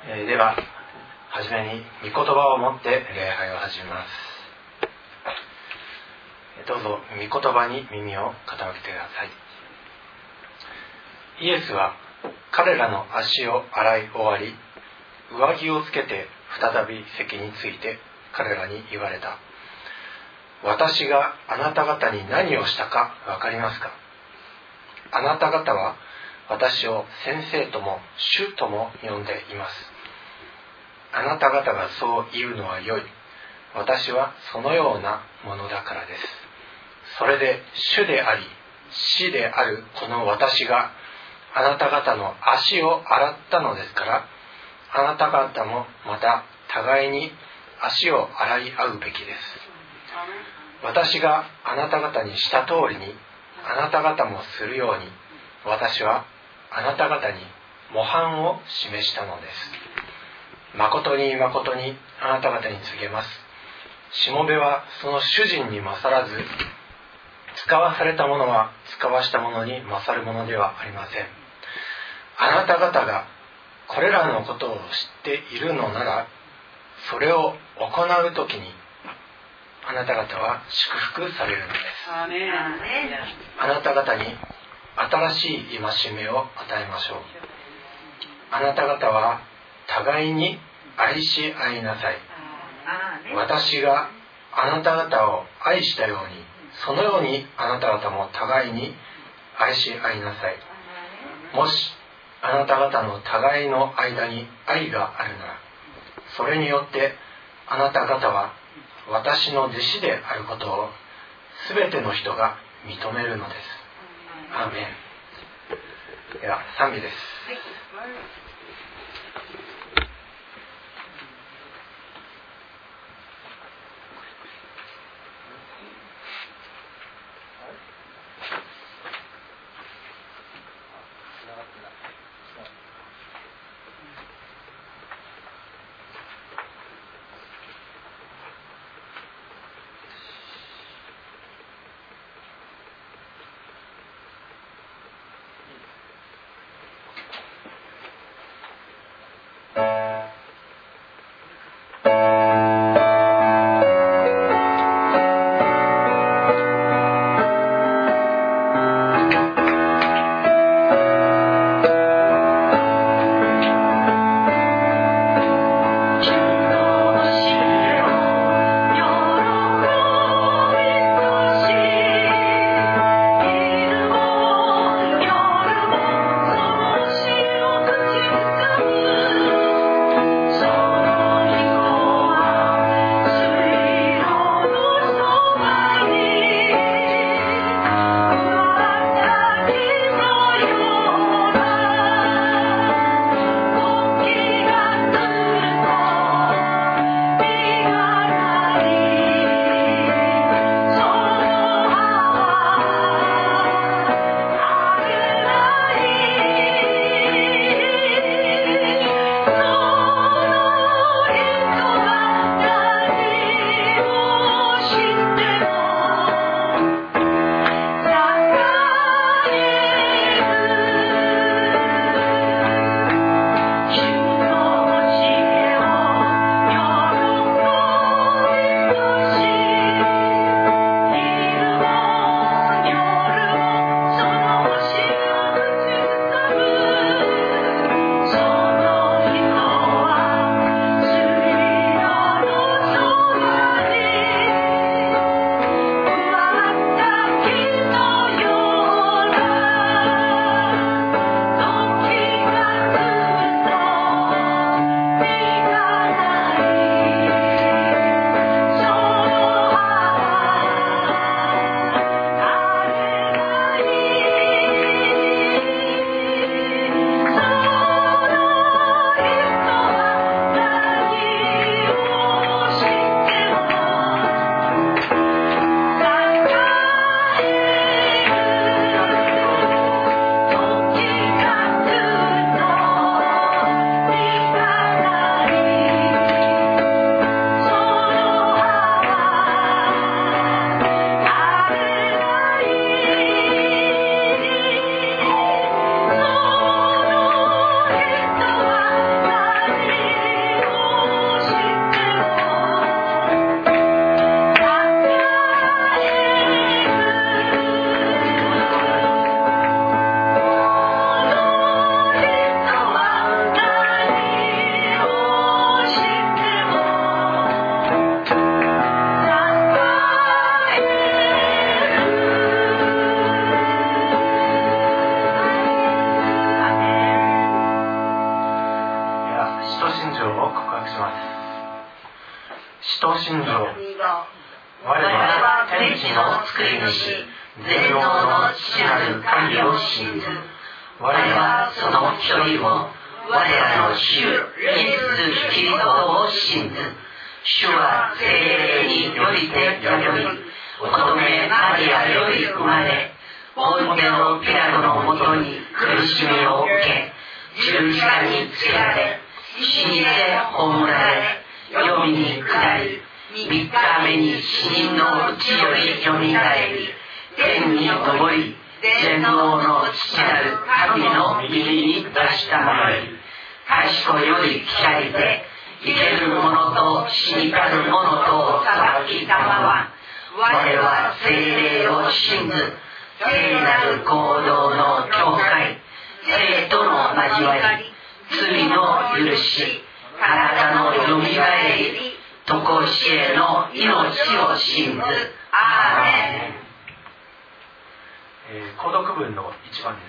でははじめに御言葉を持って礼拝を始めます。どうぞ御言葉に耳を傾けてください。イエスは彼らの足を洗い終わり、上着をつけて再び席について彼らに言われた。私があなた方に何をしたか分かりますか？あなた方は私を先生とも主とも呼んでいます。あなた方がそう言うのは良い。私はそのようなものだからです。それで主であり死であるこの私があなた方の足を洗ったのですから、あなた方もまた互いに足を洗い合うべきです。私があなた方にした通りにあなた方もするように、私はあなた方に模範を示したのです。誠に誠にあなた方に告げます。しもべはその主人に勝らず、使わされたものは使わしたものに勝るものではありません。あなた方がこれらのことを知っているのなら、それを行うときにあなた方は祝福されるのです。あなた方に新しい戒めを与えましょう。あなた方は互いに愛し合いなさい。私があなた方を愛したように、そのようにあなた方も互いに愛し合いなさい。もしあなた方の互いの間に愛があるなら、それによってあなた方は私の弟子であることをすべての人が認めるのです。アーメン。では賛美です。 条を告白します。使徒信条。我は天地の作り主、全能の父なる神を信ず。我はその一人を、我らの主イエス・キリストを信ず。主は聖霊によりて宿り、乙女マリアより生まれ、ポンテオ・ピラトのもとに苦しみを受け、十字架につけられ、死にて葬られ、黄泉に下り、3日目に死人のうちよりよみがえり、天に昇り、全能の父なる神の右に出したものに、賢より来たりて、生ける者と死にたる者とを裁きたまわ。我は聖霊を信ず、聖なる行動の教会、聖との交わり、罪の許し、体のよみがえり、とこしえの命を信ず。アーメン。 購読文の1番です。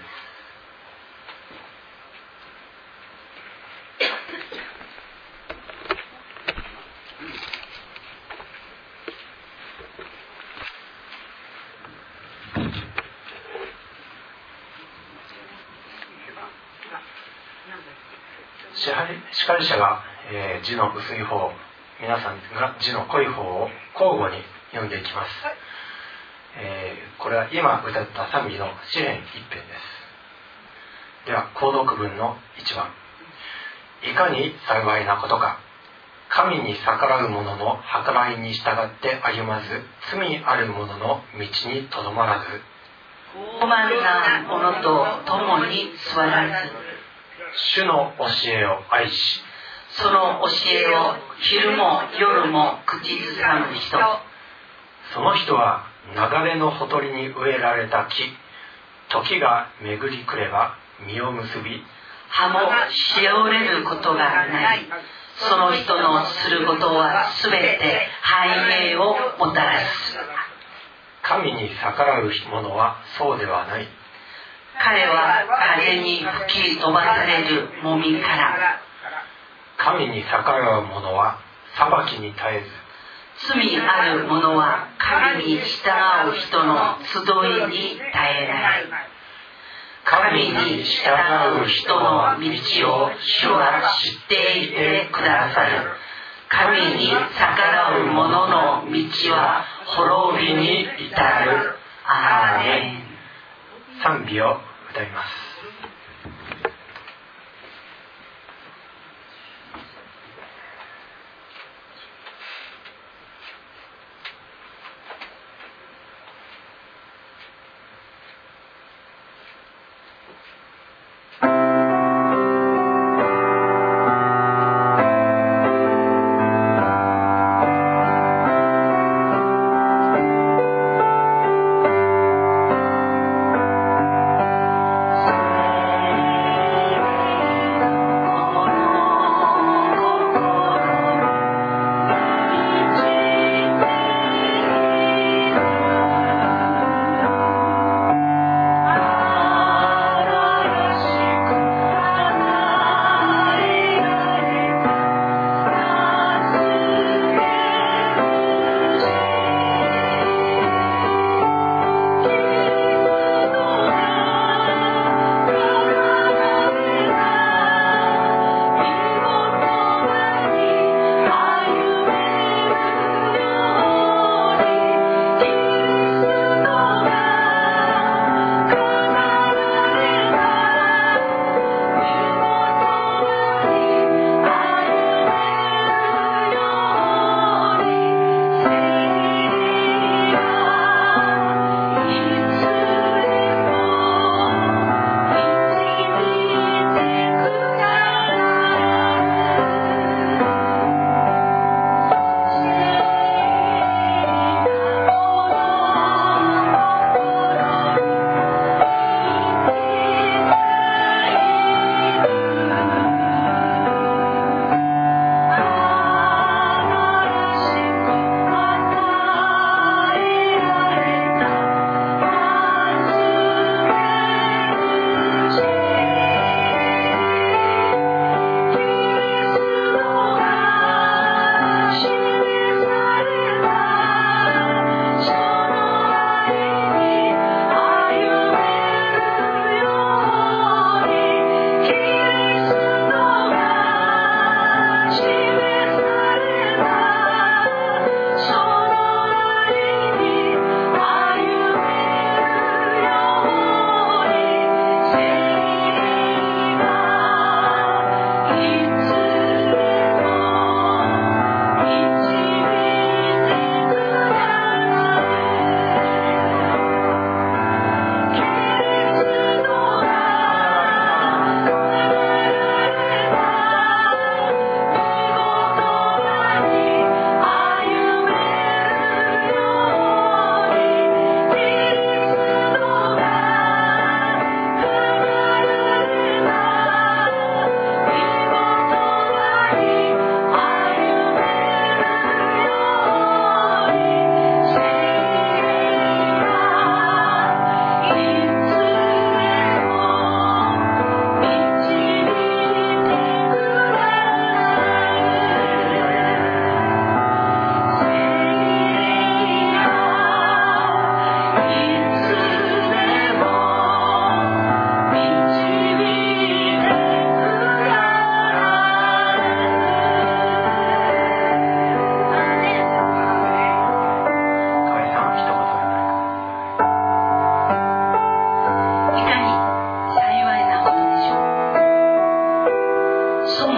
司会者が、字の薄い方、皆さんが字の濃い方を交互に読んでいきます。これは今歌った賛美の詩編一編です。では購読文の1番。いかに幸いなことか。神に逆らう者の計らいに従って歩まず、罪ある者の道にとどまらず、 傲慢な者と共に座らず、 主の教えを愛し、 その教えを昼も夜も口ずさむ人、 その人は流れのほとりに植えられた木、時が巡り来れば実を結び、 葉もしおれることがない。その人のすることはすべて繁栄をもたらす。 神に逆らう者はそうではない。 彼は風に吹き飛ばされるもみから。 神に逆らう者は裁きに絶えず、 罪ある者は神に従う人の集いに絶えない。神に従う人の道を主は知っていてくださる。神に逆らう者の道は滅びに至る。アーメン。 賛美を歌います。 Thank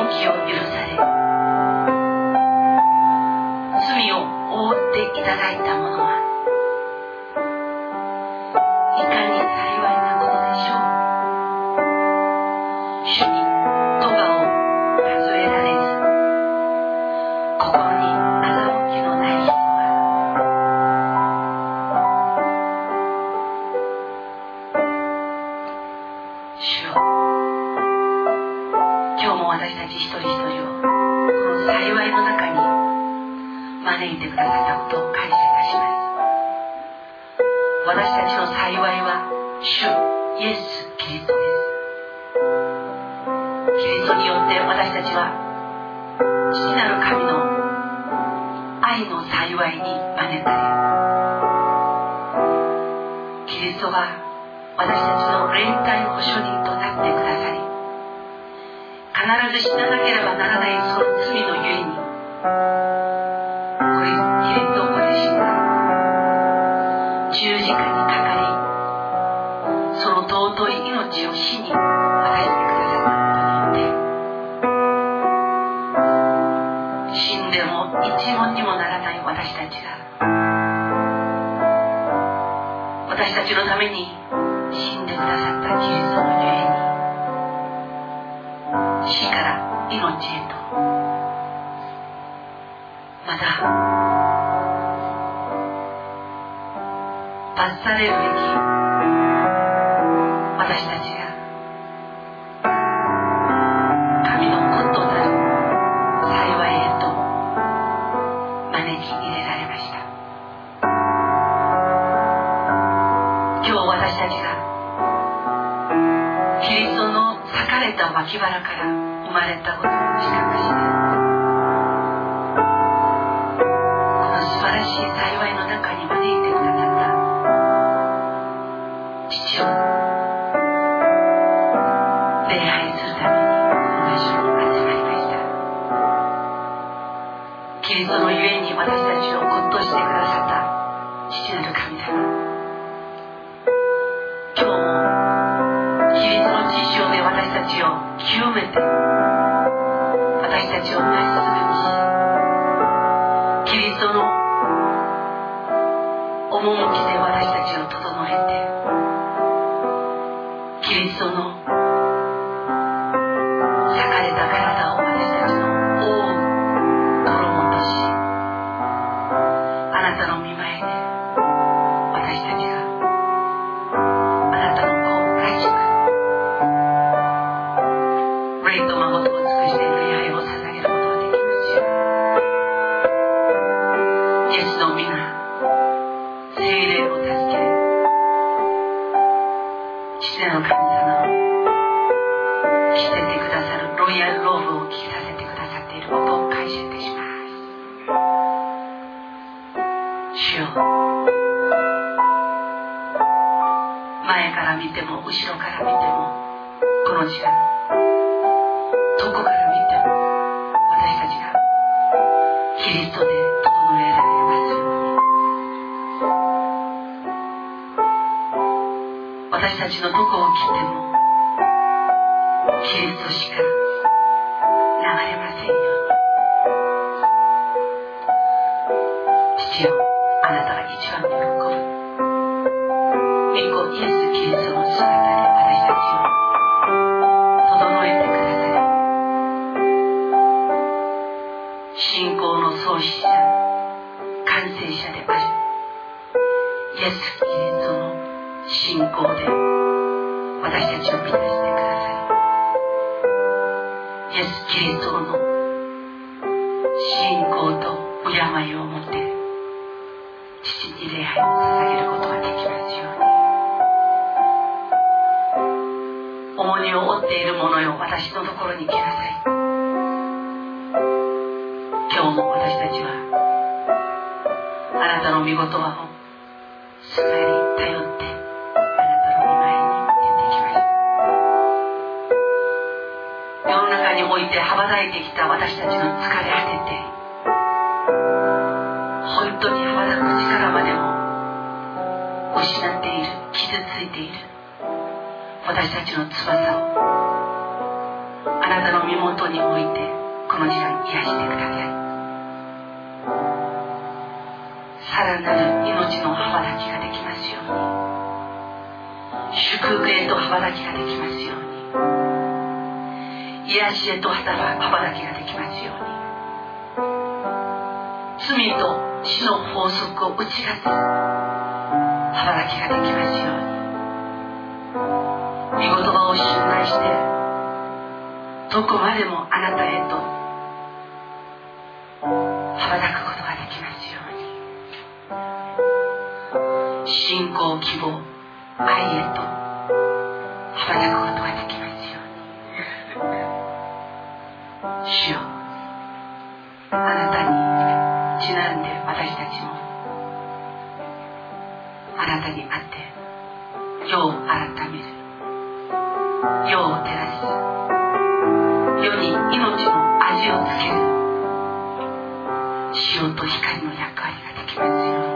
きを許され、罪を覆っていただいたものはいかに幸いなことでしょう。主に咎を数えられず、心に欺きのない人は、主よ、今日も私たち一人一人をこの幸いの中に招いてくださったことを感謝いたします。私たちの幸いは主イエス・キリストです。キリストによって私たちは父なる神の愛の幸いに招かれ、キリストが私たちの連帯保証人となってくださり、必ず死ななければならないその罪のゆえに、キリストご自身が十字架にかかり、その尊い命を死に渡してくださったことによって、死んでも一文にもならない私たちが、私たちのために死んでくださったキリストのゆえに、死から命へと、また罰されるべき私たちが神の子となる幸いへと招き入れられました。今日私たちがキリストの裂かれた脇腹から生まれたことを自覚して、この素晴らしい幸いの中に招いてくださった父を礼拝するためにこの場所に集まりました。キリストのゆえに私たちを子としてくださった父なる神様、今日もキリストの血潮で私たちを清めて、私たちをまっすぐにし、キリストの趣で私たちを整えて、キリストの裂かれた体を私たちの覆う衣とし、あなたの御前で私たちがあなたの子らしく、霊と誠を尽くして礼拝を捧げることができますよ。イエスの皆、聖霊を助け、父なる神様の着せてくださるロイヤルローブを着させてくださっていることを感謝いたします。主よ、前から見ても後ろから見ても、この時間どこから見ても私たちがキリストで整えられますように、私たちのどこを切ってもキリストしか流れませんように。父よ、あなたが一番喜ぶ御子イエス・キリストの姿で私たちを整えてくださり、信仰の創始者、完成者であるイエス・キリストの信仰で私たちを満たしてくださり、イエス・キリストの信仰と敬いをもって父に礼拝を捧げることができますように。重荷を負っている者よ、私のところに来なさい。今日も私たちはあなたの御言葉をすがり頼ってあなたの御前に出てきました。世の中において羽ばたいてきた私たちの疲れ果てて、本当に羽ばたく力までも失っている、傷ついている私たちの翼をああなたの身元においてこの時間癒してください。さらなる命の羽ばたきができますように、祝福へと羽ばたきができますように、癒しへと羽ばたきができますように、罪と死の法則を打ち勝つ羽ばたきができますように、御言葉を信頼してどこまでもあなたへと羽ばたくことができますように、信仰、希望、愛へと羽ばたくことができますように。主よ、あなたにちなんで私たちもあなたにあって世を改める、世を照らす、世に命の味をつける塩と光の役割ができますように、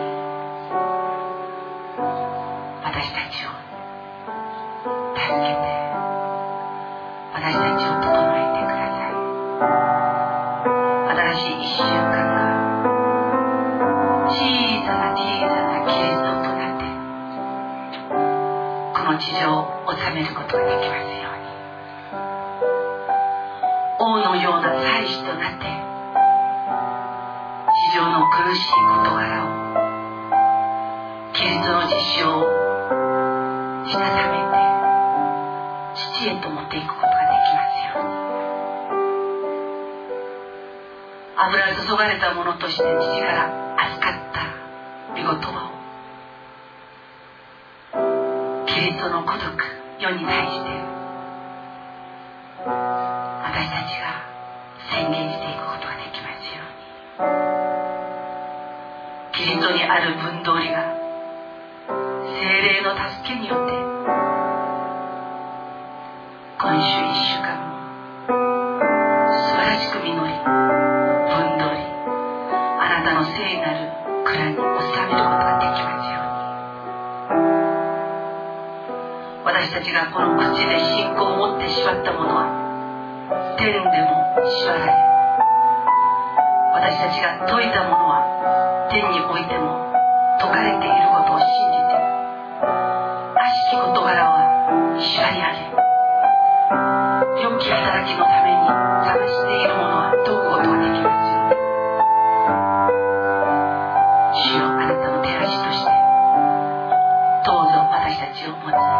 私たちを助けて、私たちを整えてください。新しい1週間が小さなキリストとなってこの地上を治めることができますように、王のような祭司となって地上の苦しい事柄をキリストの実証をしたためて父へと持っていくことができますように、油注がれたものとして父から預かった御言葉をキリストの孤独世に対して私たちが宣言していくことができますように、キリストにある分通りが聖霊の助けによって今週1週間も素晴らしく実り、分通りあなたの聖なる蔵に収めることができますように、私たちがこの口で信仰を持って縛ったものは天でも縛られ、私たちが説いたものは天においても説かれていることを信じて、悪しき事柄は縛り上げ、良き働きのために探しているものは解くことができますように、主よ、あなたの照らしとしてどうぞ私たちを用いてくださ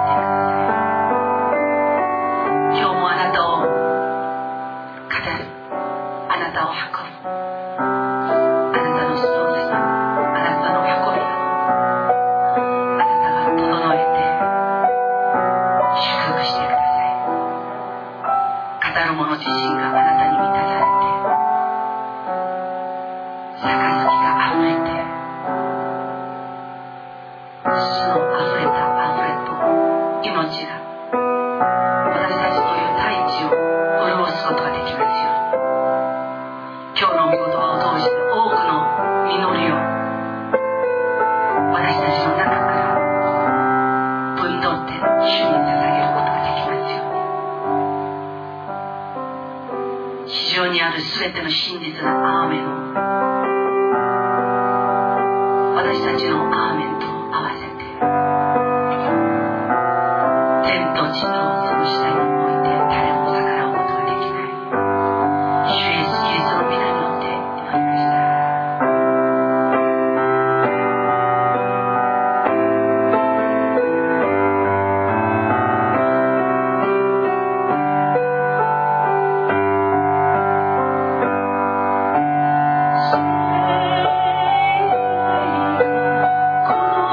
い。今日もあなたを語る、あなたを運ぶ、あなたのストーリー、あなたの運びをあなたが整えて祝福してください。語る者自身があなたに満たされて、杯があふれて、主のあふれたあふれと命が私たちという大地を潤すことができますように、今日の御言葉を通して多くの実りを私たちの中から分取って主に捧げることができますように、地上にあるすべての真実なアーメンを私たちのアーメンと合わせて、天と地とその下に置いて誰も逆らうことができない主イエスキリストの皆によって祈りました。この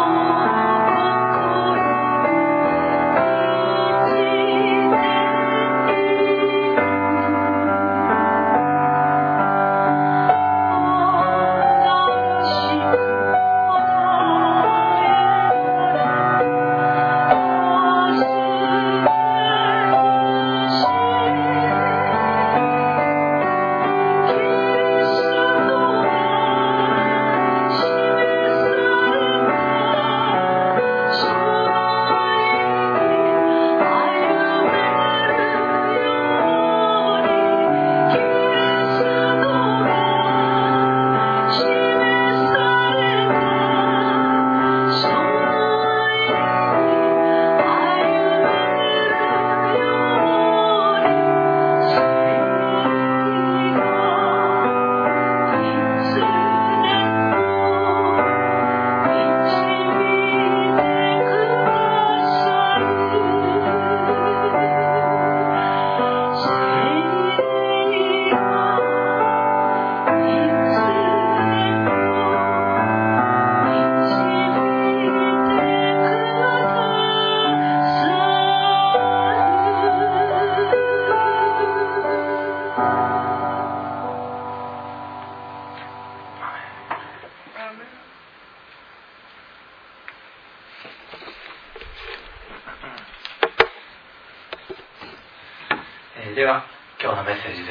では今日のメッセージです。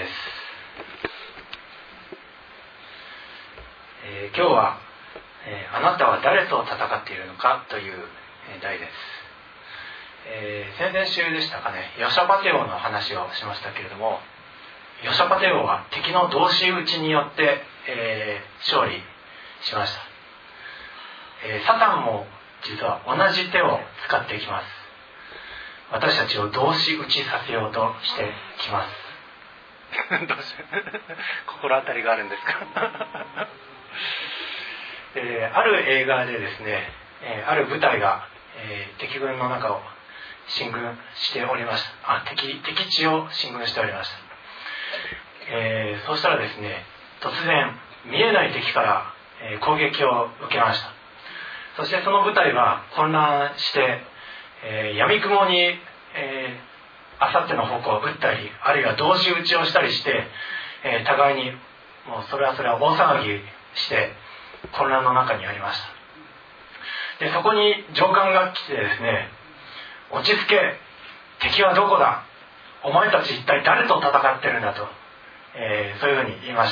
今日は、あなたは誰と戦っているのかという題です。先々週でしたかね、ヨシャパテ王の話をしましたけれども、ヨシャパテ王は敵の同士討ちによって、勝利しました。サタンも実は同じ手を使ってきます。私たちを同士討ちさせようとしてきます。どうして心当たりがあるんですか？ある映画でですね、ある部隊が、敵軍の中を進軍しておりました。敵地を進軍しておりました。そうしたらですね、突然見えない敵から、攻撃を受けました。そしてその部隊は混乱して、闇雲に、あさっての方向を撃ったり、あるいは同士撃ちをしたりして、互いにもうそれは大騒ぎして混乱の中にありました。でそこに上官が来てですね、落ち着け、敵はどこだ、お前たち一体誰と戦ってるんだと、そういうふうに言いました。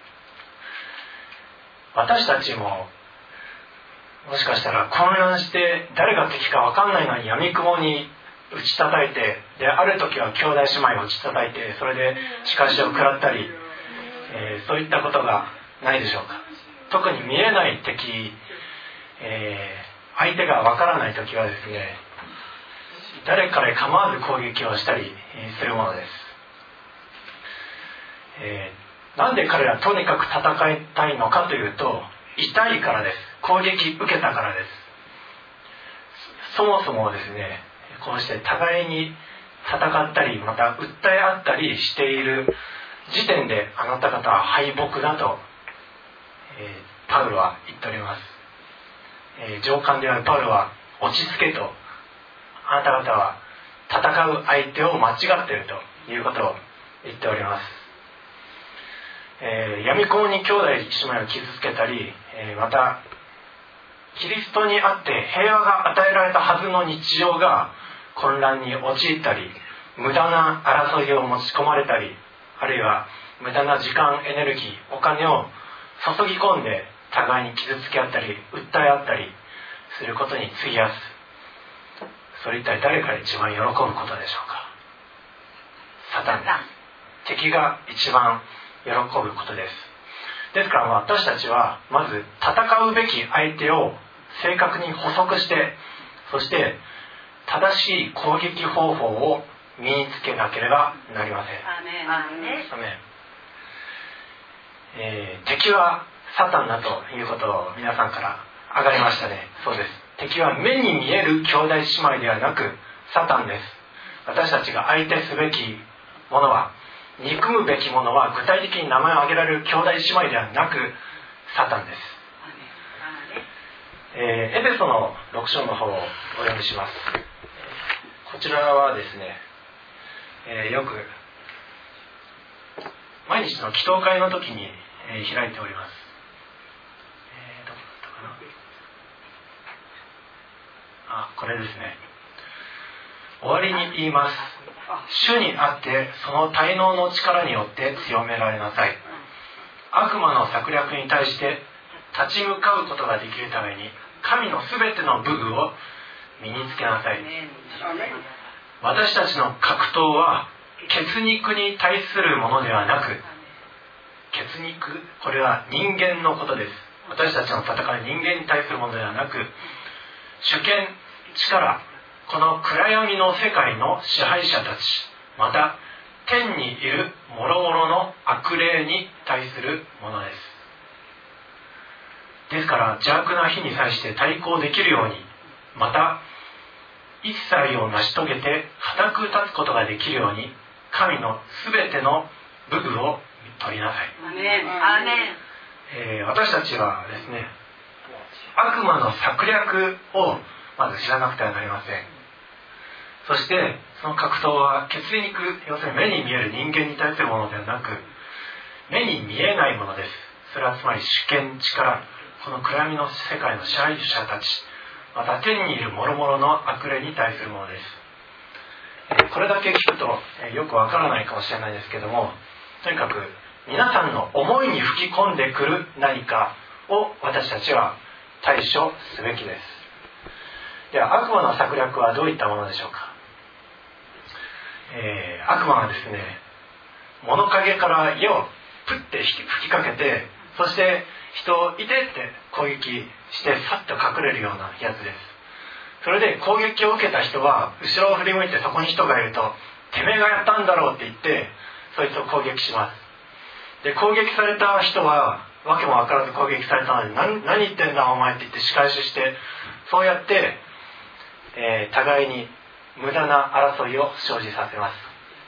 私たちももしかしたら混乱して誰が敵か分かんないのに闇雲に打ち叩いて、である時は兄弟姉妹を打ち叩いて、それで仕返しを食らったり、そういったことがないでしょうか。特に見えない敵、相手が分からない時はですね、誰から構わず攻撃をしたりするものです。なんで彼らとにかく戦いたいのかというと、痛いからです。攻撃受けたからです。そもそもですね、こうして互いに戦ったり、また訴え合ったりしている時点で、あなた方は敗北だと、パウロは言っております。上官であるパウロは、落ち着けと、あなた方は戦う相手を間違っているということを言っております。闇雲に兄弟姉妹を傷つけたり、またキリストにあって平和が与えられたはずの日常が混乱に陥ったり、無駄な争いを持ち込まれたり、あるいは無駄な時間、エネルギー、お金を注ぎ込んで互いに傷つけ合ったり訴え合ったりすることに費やす。それ一体誰が一番喜ぶことでしょうか。サタンです。敵が一番喜ぶことです。ですから私たちはまず戦うべき相手を正確に捕捉して、そして正しい攻撃方法を身につけなければなりません。敵はサタンだということを皆さんから上がりましたね。そうです。敵は目に見える兄弟姉妹ではなくサタンです。私たちが相手すべきものは、憎むべきものは具体的に名前を挙げられる兄弟姉妹ではなくサタンです。エペソの6章の方をお読みします。こちらはですね、よく毎日の祈祷会の時に、開いております。どこだったかな。これですね。終わりに言います。主にあってその滞納の力によって強められなさい。悪魔の策略に対して立ち向かうことができるために、神のすべての武具を身につけなさい。私たちの格闘は血肉に対するものではなく、血肉、これは人間のことです。私たちの戦い、人間に対するものではなく、主権、力、この暗闇の世界の支配者たち、また天にいる諸々の悪霊に対するものです。ですから邪悪な火に対して対抗できるように、また一切を成し遂げて固く立つことができるように、神のすべての武具を取りなさい。私たちはですね、悪魔の策略をまず知らなくてはなりません。そしてその格闘は血肉、要するに目に見える人間に対するものではなく、目に見えないものです。それはつまり主権、力、この暗闇の世界の支配者たち、また天にいる諸々の悪霊に対するものです。 これだけ聞くとよくわからないかもしれないですけども、とにかく皆さんの思いに吹き込んでくる何かを私たちは対処すべきです。では悪魔の策略はどういったものでしょうか。悪魔はですね、物陰から矢をプッて吹きかけて、そして人をいてって攻撃してさっと隠れるようなやつです。それで攻撃を受けた人は後ろを振り向いて、そこに人がいるとてめえがやったんだろうって言ってそいつを攻撃します。で攻撃された人はわけも分からず攻撃されたので、何言ってんだお前って言って仕返しして、そうやって、互いに無駄な争いを生じさせます。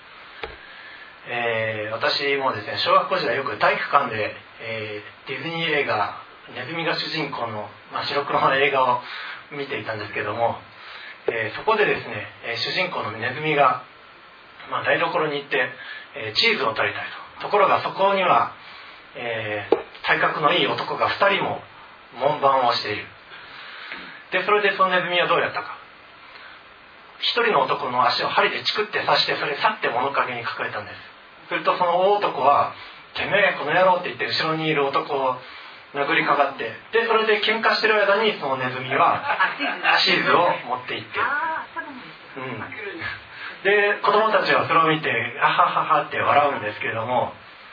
私もですね、小学校時代よく体育館で、ディズニー映画ネズミが主人公の、白黒の映画を見ていたんですけども、そこでですね、主人公のネズミが、台所に行って、チーズを取りたいと。ところがそこには、体格のいい男が2人も門番をしている。でそれでそのネズミはどうやったか。1人の男の足を針でチクって刺して、それ去って物陰に隠れたんです。するとその大男はてめえこの野郎って言って後ろにいる男を殴りかかって、でそれで喧嘩してる間にそのネズミはチーズを持って行って、で子供たちはそれを見てあはははって笑うんですけれども、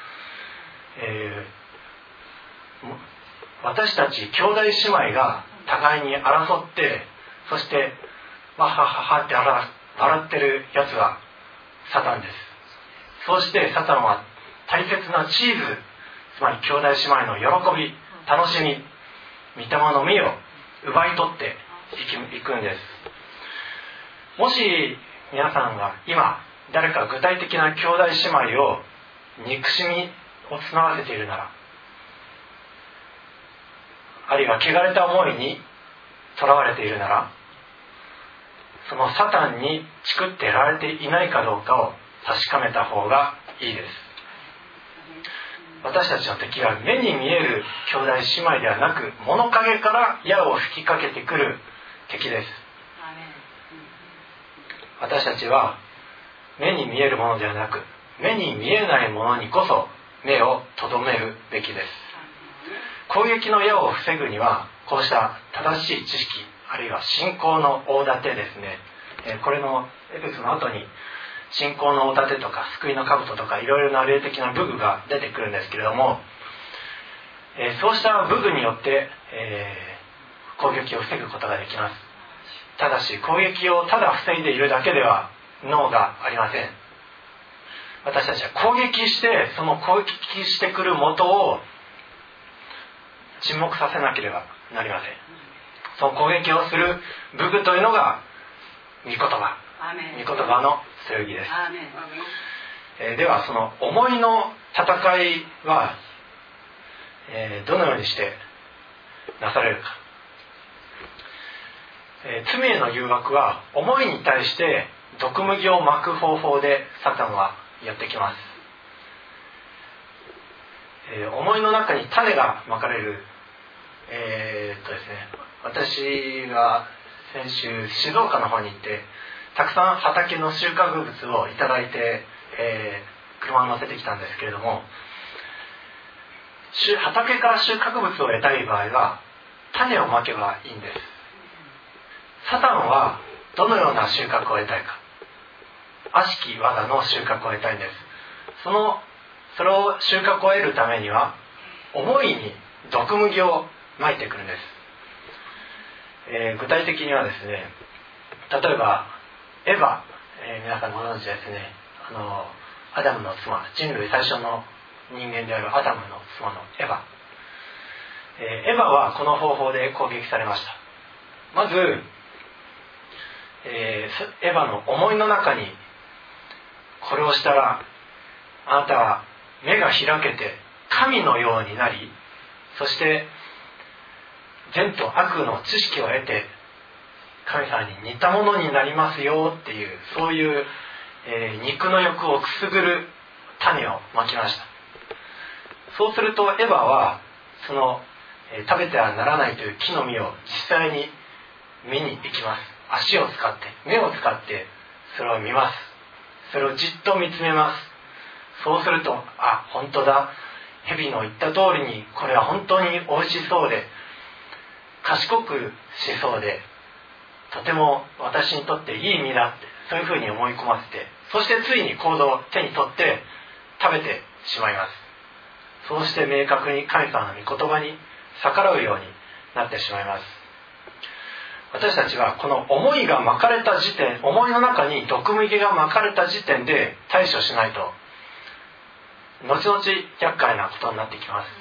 私たち兄弟姉妹が互いに争って、そしてわはははって笑ってるやつはサタンです。そうしてサタンは大切なチーズ、つまり兄弟姉妹の喜び、楽しみ、御霊の実を奪い取っていくんです。もし皆さんが今誰か具体的な兄弟姉妹を憎しみを募らせているなら、あるいは汚れた思いにとらわれているなら、そのサタンにチクってやられていないかどうかを確かめた方がいいです。私たちの敵は目に見える兄弟姉妹ではなく、物陰から矢を吹きかけてくる敵です。私たちは目に見えるものではなく、目に見えないものにこそ目を留めるべきです。攻撃の矢を防ぐには、こうした正しい知識、あるいは信仰の大盾ですね。これのエペソの後に信仰の大盾とか救いの兜とかいろいろな霊的な武具が出てくるんですけれども、そうした武具によって、攻撃を防ぐことができます。ただし攻撃をただ防いでいるだけでは能がありません。私たちは攻撃して、その攻撃してくる元を沈黙させなければなりません。その攻撃をする武具というのが御言葉、御言葉の剣です。ではその思いの戦いは、どのようにしてなされるか。罪への誘惑は思いに対して毒麦をまく方法でサタンはやってきます。思いの中に種がまかれる、ですね、私が先週静岡の方に行って、たくさん畑の収穫物をいただいて、車に乗せてきたんですけれども、畑から収穫物を得たい場合は種をまけばいいんです。サタンはどのような収穫を得たいか、悪しき技の収穫を得たいんです。それを収穫を得るためには思いに毒麦をまいてくるんです。具体的にはですね、例えばエヴァ、皆さんご存知ですね、アダムの妻、人類最初の人間であるアダムの妻のエヴァ、エヴァはこの方法で攻撃されました。まず、エヴァの思いの中に、これをしたらあなたは目が開けて神のようになり、そして善と悪の知識を得て神様に似たものになりますよっていう、そういう、肉の欲をくすぐる種をまきました。そうするとエヴァはその、食べてはならないという木の実を実際に見に行きます。足を使って、目を使ってそれを見ます。それをじっと見つめます。そうすると、あ、本当だ、蛇の言った通りにこれは本当に美味しそうで賢くしそうで、とても私にとっていい実だって、そういうふうに思い込ませて、そしてついに行動を手に取って食べてしまいます。そうして明確に神様の御言葉に逆らうようになってしまいます。私たちはこの思いがまかれた時点、思いの中に毒麦がまかれた時点で対処しないと後々厄介なことになってきます。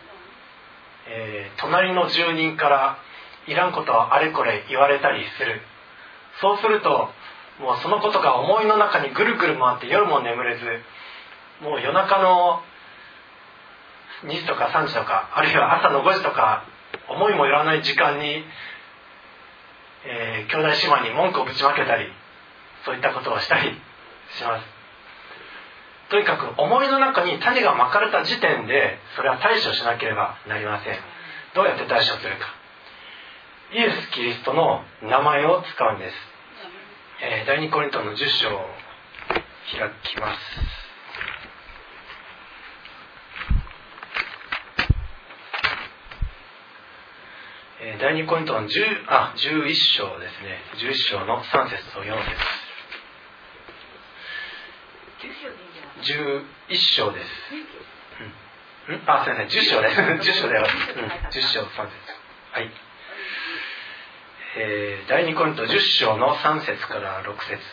隣の住人からいらんことをあれこれ言われたりする。そうするともうそのことが思いの中にぐるぐる回って夜も眠れず、もう夜中の2時とか3時とか、あるいは朝の5時とか、思いもよらない時間に、兄弟姉妹に文句をぶちまけたり、そういったことをしたりします。とにかく思いの中に種がまかれた時点でそれは対処しなければなりません。どうやって対処するか。イエス・キリストの名前を使うんです。第2コリントの10章を開きます。第2コリントの11章ですね。11章の3節と4節。11章です。すいません、10章です。10章では、10章3節。はい。第2コリント10章の3節から6節。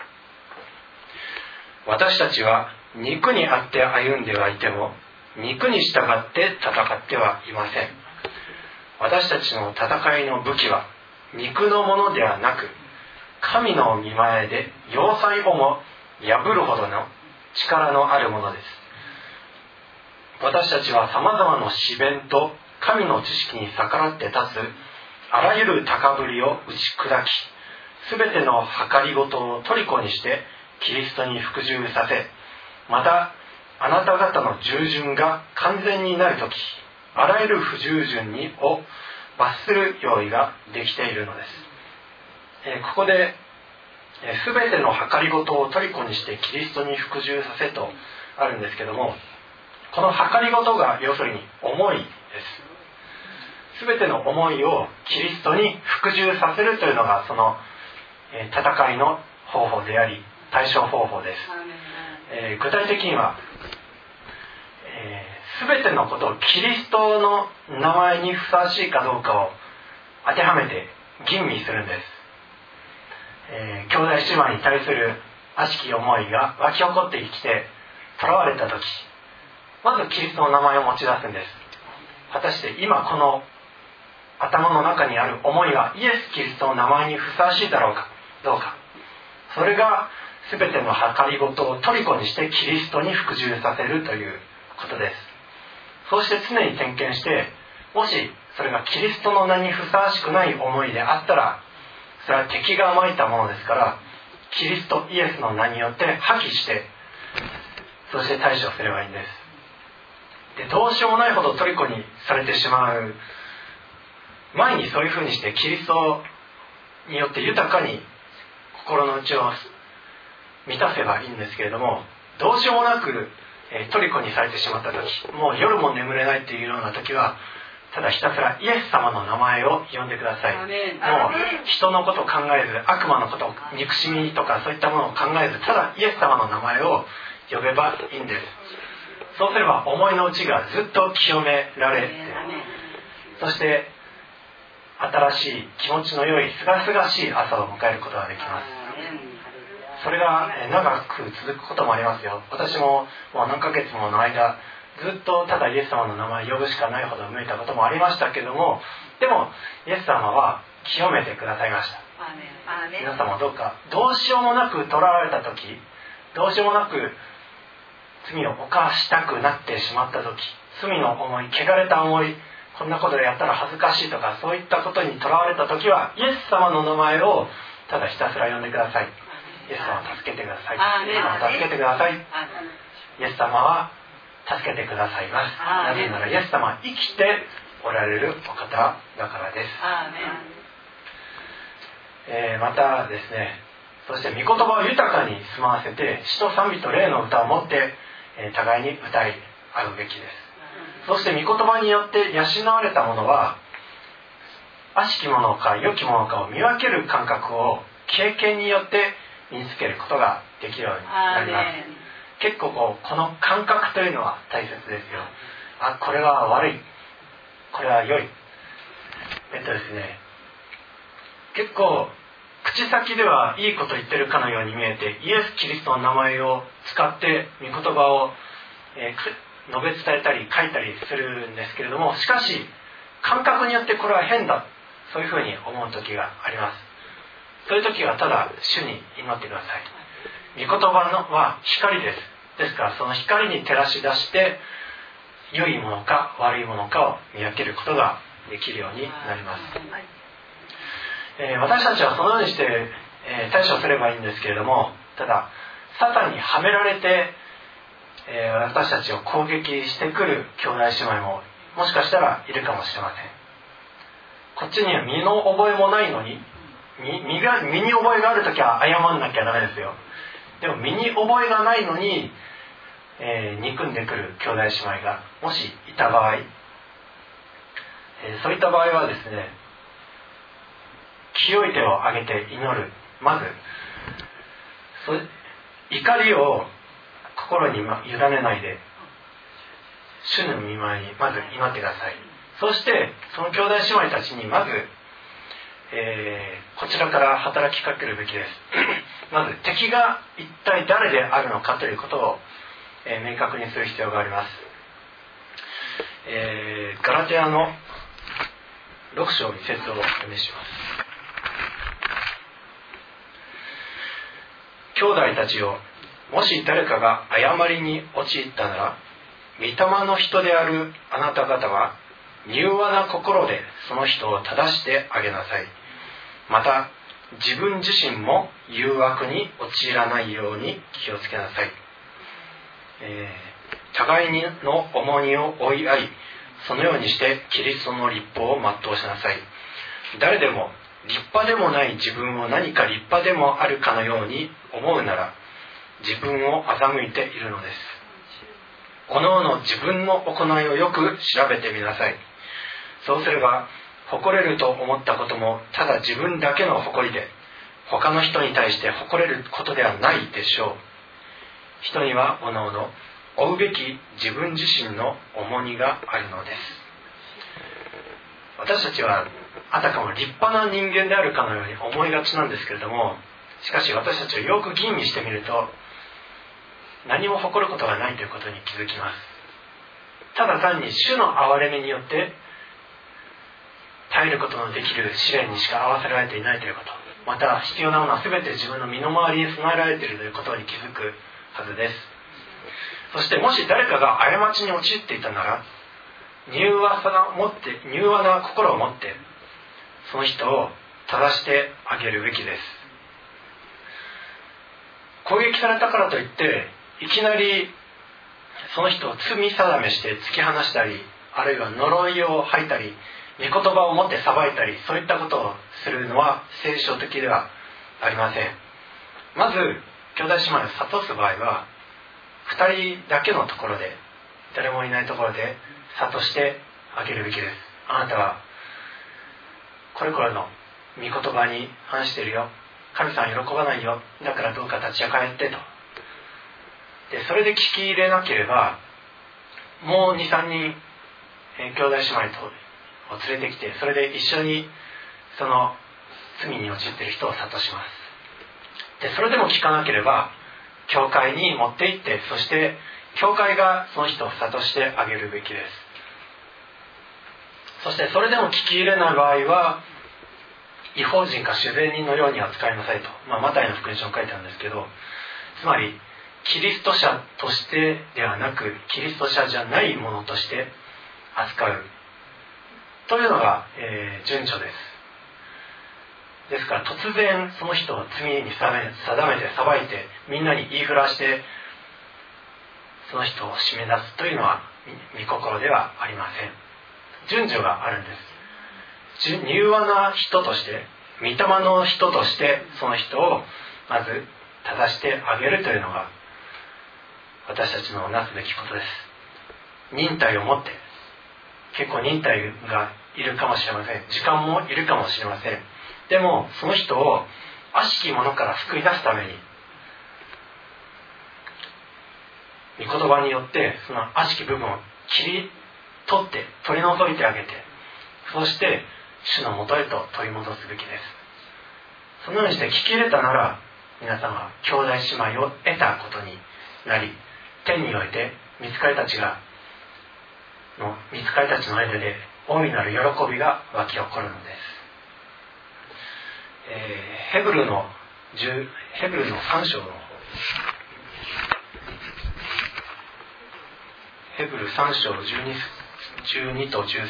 私たちは肉にあって歩んではいても、肉に従って戦ってはいません。私たちの戦いの武器は肉のものではなく、神の御前で要塞をも破るほどの力のあるものです。私たちはさまざまな試練と神の知識に逆らって立つあらゆる高ぶりを打ち砕き、すべての計りごとを虜にしてキリストに服従させ、またあなた方の従順が完全になるとき、あらゆる不従順を罰する用意ができているのです。ここで全ての計りごとを虜にしてキリストに服従させとあるんですけども、この計りごとが要するに思いです。全ての思いをキリストに服従させるというのがその戦いの方法であり対処方法です。具体的には全てのことをキリストの名前にふさわしいかどうかを当てはめて吟味するんです。兄弟姉妹に対する悪しき思いが湧き起こってきて囚われた時、まずキリストの名前を持ち出すんです。果たして今この頭の中にある思いはイエス・キリストの名前にふさわしいだろうかどうか、それが全ての計りごとを虜にしてキリストに服従させるということです。そうして常に点検して、もしそれがキリストの名にふさわしくない思いであったら、それは敵がまいたものですから、キリストイエスの名によって破棄して、そして対処すればいいんです。で、どうしようもないほど虜にされてしまう前に、そういうふうにしてキリストによって豊かに心の内を満たせばいいんですけれども、どうしようもなく虜にされてしまった時、もう夜も眠れないというような時は、ただひたすらイエス様の名前を呼んでください。もう人のことを考えず、悪魔のこと、憎しみとかそういったものを考えず、ただイエス様の名前を呼べばいいんです。そうすれば思いの内がずっと清められて、そして新しい気持ちの良いすがすがしい朝を迎えることができます。それが長く続くこともありますよ。私ももう何ヶ月もの間ずっとただイエス様の名前を呼ぶしかないほど向いたこともありましたけども、でもイエス様は清めてくださいました。皆様どうか、どうしようもなく囚われた時、どうしようもなく罪を犯したくなってしまった時、罪の思い、汚れた思い、こんなことをやったら恥ずかしいとか、そういったことに囚われた時はイエス様の名前をただひたすら呼んでください。イエス様を助けてください。イエス様を助けてください。イエス様は助けてくださいます。なぜならイエス様は生きておられるお方だからです。またですね、 そして御言葉を豊かに住まわせて、詩と賛美と霊の歌を持って、互いに歌い合うべきです。そして御言葉によって養われたものは、悪しきものか良きものかを見分ける感覚を経験によって身につけることができるようになります。結構この感覚というのは大切ですよ。あ、これは悪い、これは良い。ですね、結構口先ではいいこと言ってるかのように見えて、イエス・キリストの名前を使って御言葉を、述べ伝えたり書いたりするんですけれども、しかし感覚によってこれは変だ、そういうふうに思う時があります。そういう時はただ主に祈ってください。御言葉は光です。ですからその光に照らし出して、良いものか悪いものかを見分けることができるようになります。私たちはそのようにして、対処すればいいんですけれども、ただサタンにはめられて、私たちを攻撃してくる兄弟姉妹ももしかしたらいるかもしれません。こっちには身の覚えもないのに、身に覚えがあるときは謝んなきゃダメですよ。でも身に覚えがないのに、憎んでくる兄弟姉妹がもしいた場合、そういった場合はですね、清い手を挙げて祈る。まず怒りを心に委ねないで、主の御前にまず祈ってください。そしてその兄弟姉妹たちにまず、こちらから働きかけるべきです。まず敵が一体誰であるのかということを、明確にする必要があります。ガラテヤの6章2節をお読みします。兄弟たちよ、もし誰かが誤りに陥ったなら、御霊の人であるあなた方は柔和な心でその人を正してあげなさい。また自分自身も誘惑に陥らないように気をつけなさい。互いの重荷を負い合い、そのようにしてキリストの律法を全うしなさい。誰でも立派でもない自分を何か立派でもあるかのように思うなら、自分を欺いているのです。おのおの自分の行いをよく調べてみなさい。そうすれば誇れると思ったこともただ自分だけの誇りで、他の人に対して誇れることではないでしょう。人にはおのおの負うべき自分自身の重荷があるのです。私たちはあたかも立派な人間であるかのように思いがちなんですけれども、しかし私たちをよく吟味してみると、何も誇ることがないということに気づきます。ただ単に主の憐れみによって耐えることのできる試練にしか合わせられていないということ、また必要なものは全て自分の身の回りに備えられているということに気づくはずです。そしてもし誰かが過ちに陥っていたなら、柔和な心を持ってその人を正してあげるべきです。攻撃されたからといっていきなりその人を罪定めして突き放したり、あるいは呪いを吐いたり、御言葉を持って裁いたり、そういったことをするのは聖書的ではありません。まず兄弟姉妹を諭す場合は、2人だけのところで、誰もいないところで諭してあげるべきです。あなたはこれこれの御言葉に反しているよ、神様喜ばないよ、だからどうか立ち返ってと。でそれで聞き入れなければ、もう 2,3 人、兄弟姉妹を連れてきて、それで一緒にその罪に陥っている人を諭します。でそれでも聞かなければ教会に持って行って、そして教会がその人を諭してあげるべきです。そしてそれでも聞き入れない場合は、異邦人か主税人のように扱いなさいと、マタイの福音書に書いてあるんですけど、つまりキリスト者としてではなく、キリスト者じゃないものとして扱うというのが、順序です。ですから突然その人を罪に定めて裁いて、みんなに言いふらしてその人を締め出すというのは御心ではありません。順序があるんです。柔和な人として、御霊の人としてその人をまず正してあげるというのが私たちのなすべきことです。忍耐を持って、結構忍耐がいるかもしれません。時間もいるかもしれません。でもその人を悪しきものから救い出すために、御言葉によってその悪しき部分を切り取って取り除いてあげて、そして主のもとへと取り戻すべきです。そのようにして聞き入れたなら、皆さんは兄弟姉妹を得たことになり、天において御使いたちの間で大いなる喜びが湧き起こるのです。ヘブルの3章の方、ヘブル3章12と13節。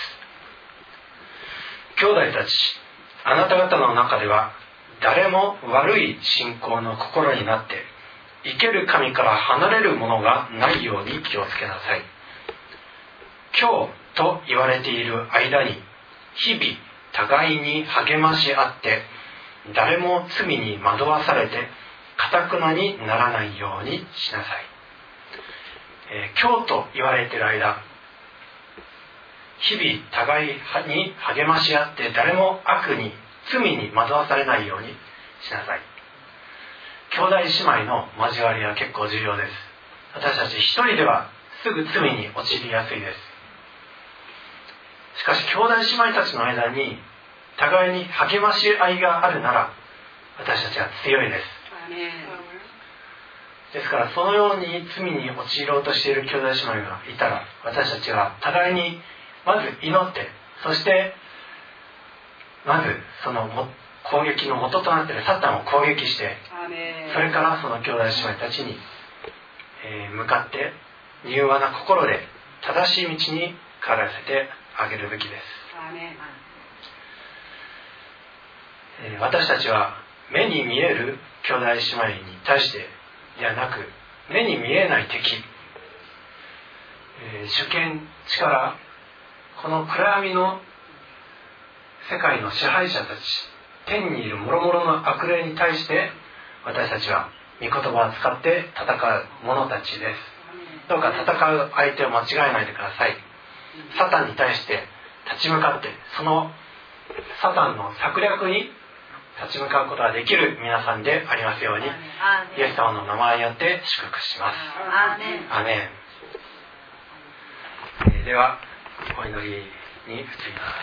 兄弟たち、あなた方の中では誰も悪い信仰の心になって生ける神から離れるものがないように気をつけなさい。今日と言われている間に日々互いに励まし合って、誰も罪に惑わされて堅くなにならないようにしなさい。今日と言われている間、日々互いに励まし合って、誰も罪に惑わされないようにしなさい。兄弟姉妹の交わりは結構重要です。私たち一人ではすぐ罪に陥りやすいです。しかし兄弟姉妹たちの間に互いに励まし合いがあるなら、私たちは強いです。ですから、そのように罪に陥ろうとしている兄弟姉妹がいたら、私たちは互いにまず祈って、そしてまずその攻撃の元となっているサタンを攻撃して、それからその兄弟姉妹たちに向かって柔和な心で正しい道に帰らせてあげるべきです。私たちは目に見える兄弟姉妹に対してではなく、目に見えない敵、主権、力、この暗闇の世界の支配者たち、天にいる諸々の悪霊に対して私たちは御言葉を使って戦う者たちです。どうか戦う相手を間違えないでください。サタンに対して立ち向かって、そのサタンの策略に立ち向かうことができる皆さんでありますように、イエス様の名前によって祝福します。アーメン。ではお祈りに移ります。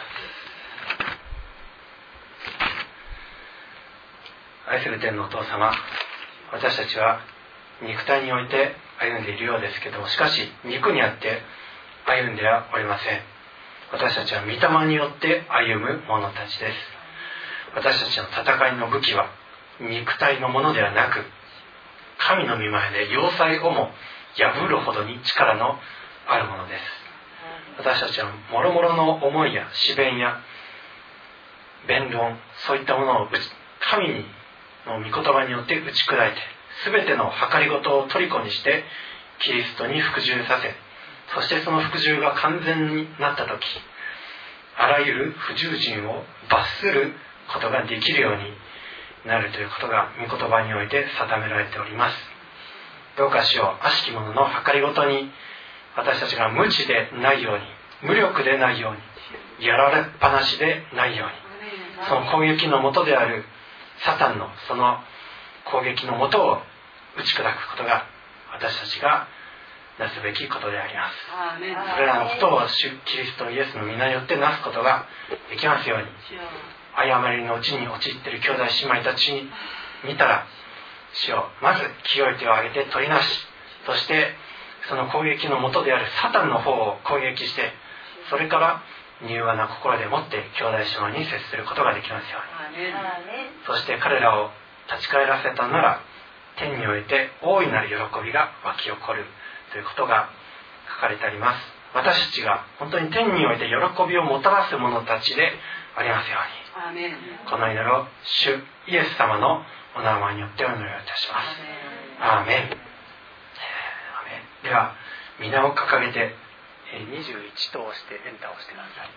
愛する天のお父様、私たちは肉体において歩んでいるようですけども、しかし肉にあって歩んではおりません。私たちは御霊によって歩む者たちです。私たちの戦いの武器は肉体のものではなく、神の御前で要塞をも破るほどに力のあるものです。私たちは諸々の思いや思弁や弁論、そういったものを神の御言葉によって打ち砕いて、全ての計りごとを虜にしてキリストに服従させ、そしてその服従が完全になった時、あらゆる不従順を罰することができるようになるということが御言葉において定められております。どうか主よ、悪しき者の計りごとに私たちが無知でないように、無力でないように、やられっぱなしでないように、その攻撃の元であるサタンのその攻撃の元を打ち砕くことが私たちがなすべきことであります。それらのことを主キリストイエスの皆によってなすことができますように、誤りのうちに陥っている兄弟姉妹たちに見たら、主をまず清い手を挙げて取りなし、そしてその攻撃の元であるサタンの方を攻撃して、それから柔和な心でもって兄弟姉妹に接することができますように。そして彼らを立ち返らせたなら、天において大いなる喜びが湧き起こるということが書かれてあります。私たちが本当に天において喜びをもたらす者たちでありますように、この祈りを主イエス様のお名前によってお祈りをいたします。アーメン。では皆を掲げて21と押してエンターを押してください。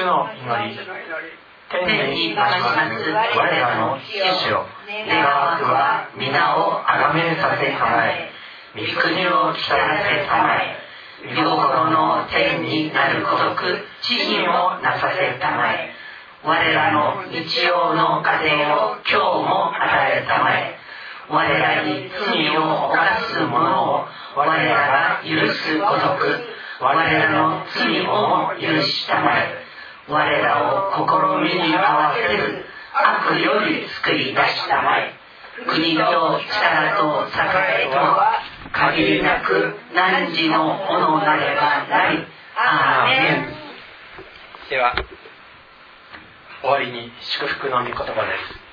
主の祈り、天にまします我らの主よ、願わくは皆をあがめさせたまえ、御国を来たらせたまえ、御心の天になるごとく地にもなさせたまえ、我らの日曜の糧を今日も与えたまえ、我らに罪を犯す者を我らが許すごとく我らの罪をも許したまえ、我らを試みに合わせず悪より救い出したまえ、国と力と栄と限りなく汝のものなればなり。アーメン。 では終わりに祝福の御言葉です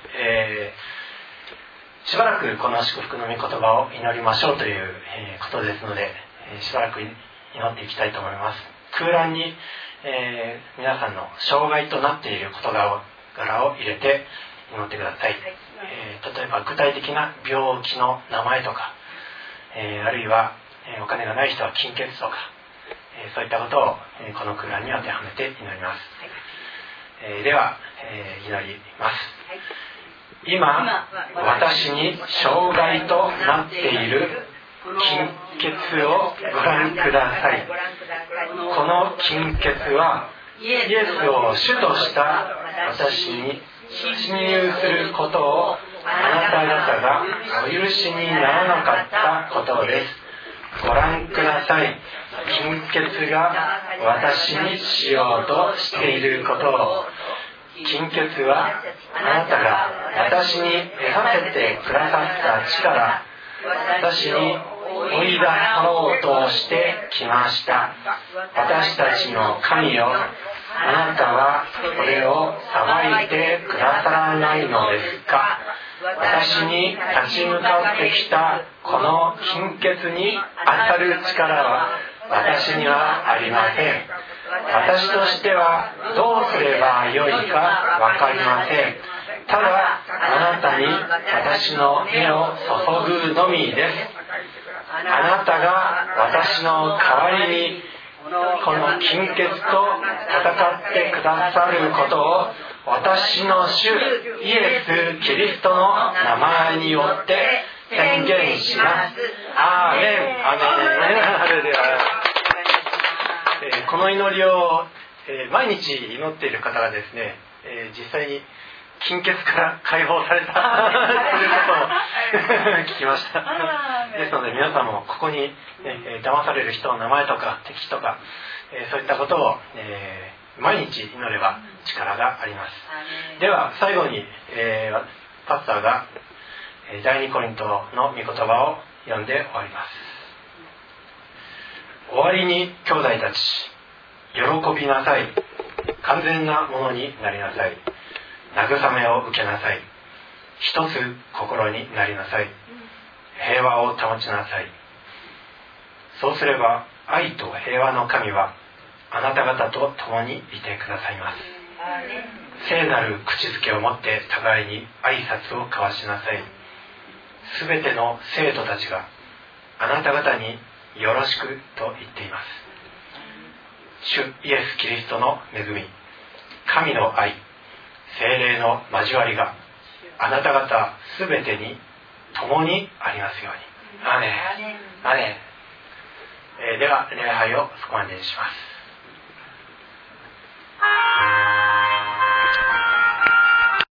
。しばらくこの祝福の御言葉を祈りましょうということですので、しばらく祈っていきたいと思います。空欄に皆さんの障害となっている事柄を入れて祈ってください。例えば具体的な病気の名前とか、あるいはお金がない人は金欠とか、そういったことをこの空欄に当てはめて祈ります。では、祈ります。今私に障害となっている金欠をご覧ください。この金欠はイエスを主とした私に侵入することをあなた方がお許しにならなかったことです。ご覧ください。金欠が私にしようとしていることを。金欠はあなたが私に得させてくださった力、私に追い出そうとしてきました。私たちの神よ、あなたはこれを裁いてくださらないのですか。私に立ち向かってきたこの金欠に当たる力は私にはありません。私としてはどうすればよいか分かりません。ただあなたに私の目を注ぐのみです。あなたが私の代わりにこの金欠と戦ってくださることを私の主イエス・キリストの名前によって宣言します。アーメン。アーメン。この祈りを毎日祈っている方がですね、実際に金欠から解放されたということを聞きました。ですので皆さんもここに、騙される人の名前とか敵とか、そういったことを、毎日祈れば力があります。では最後に、パスターが第2コリントの御言葉を読んで終わります。終わりに兄弟たち、喜びなさい。完全なものになりなさい。慰めを受けなさい。一つ心になりなさい。平和を保ちなさい。そうすれば愛と平和の神はあなた方と共にいてくださいます。聖なる口づけをもって互いに挨拶を交わしなさい。すべての生徒たちがあなた方によろしくと言っています。主イエス・キリストの恵み、神の愛、聖霊の交わりがあなた方すべてに共にありますように。アーメン。アーメン。では礼拝をそこまでにします。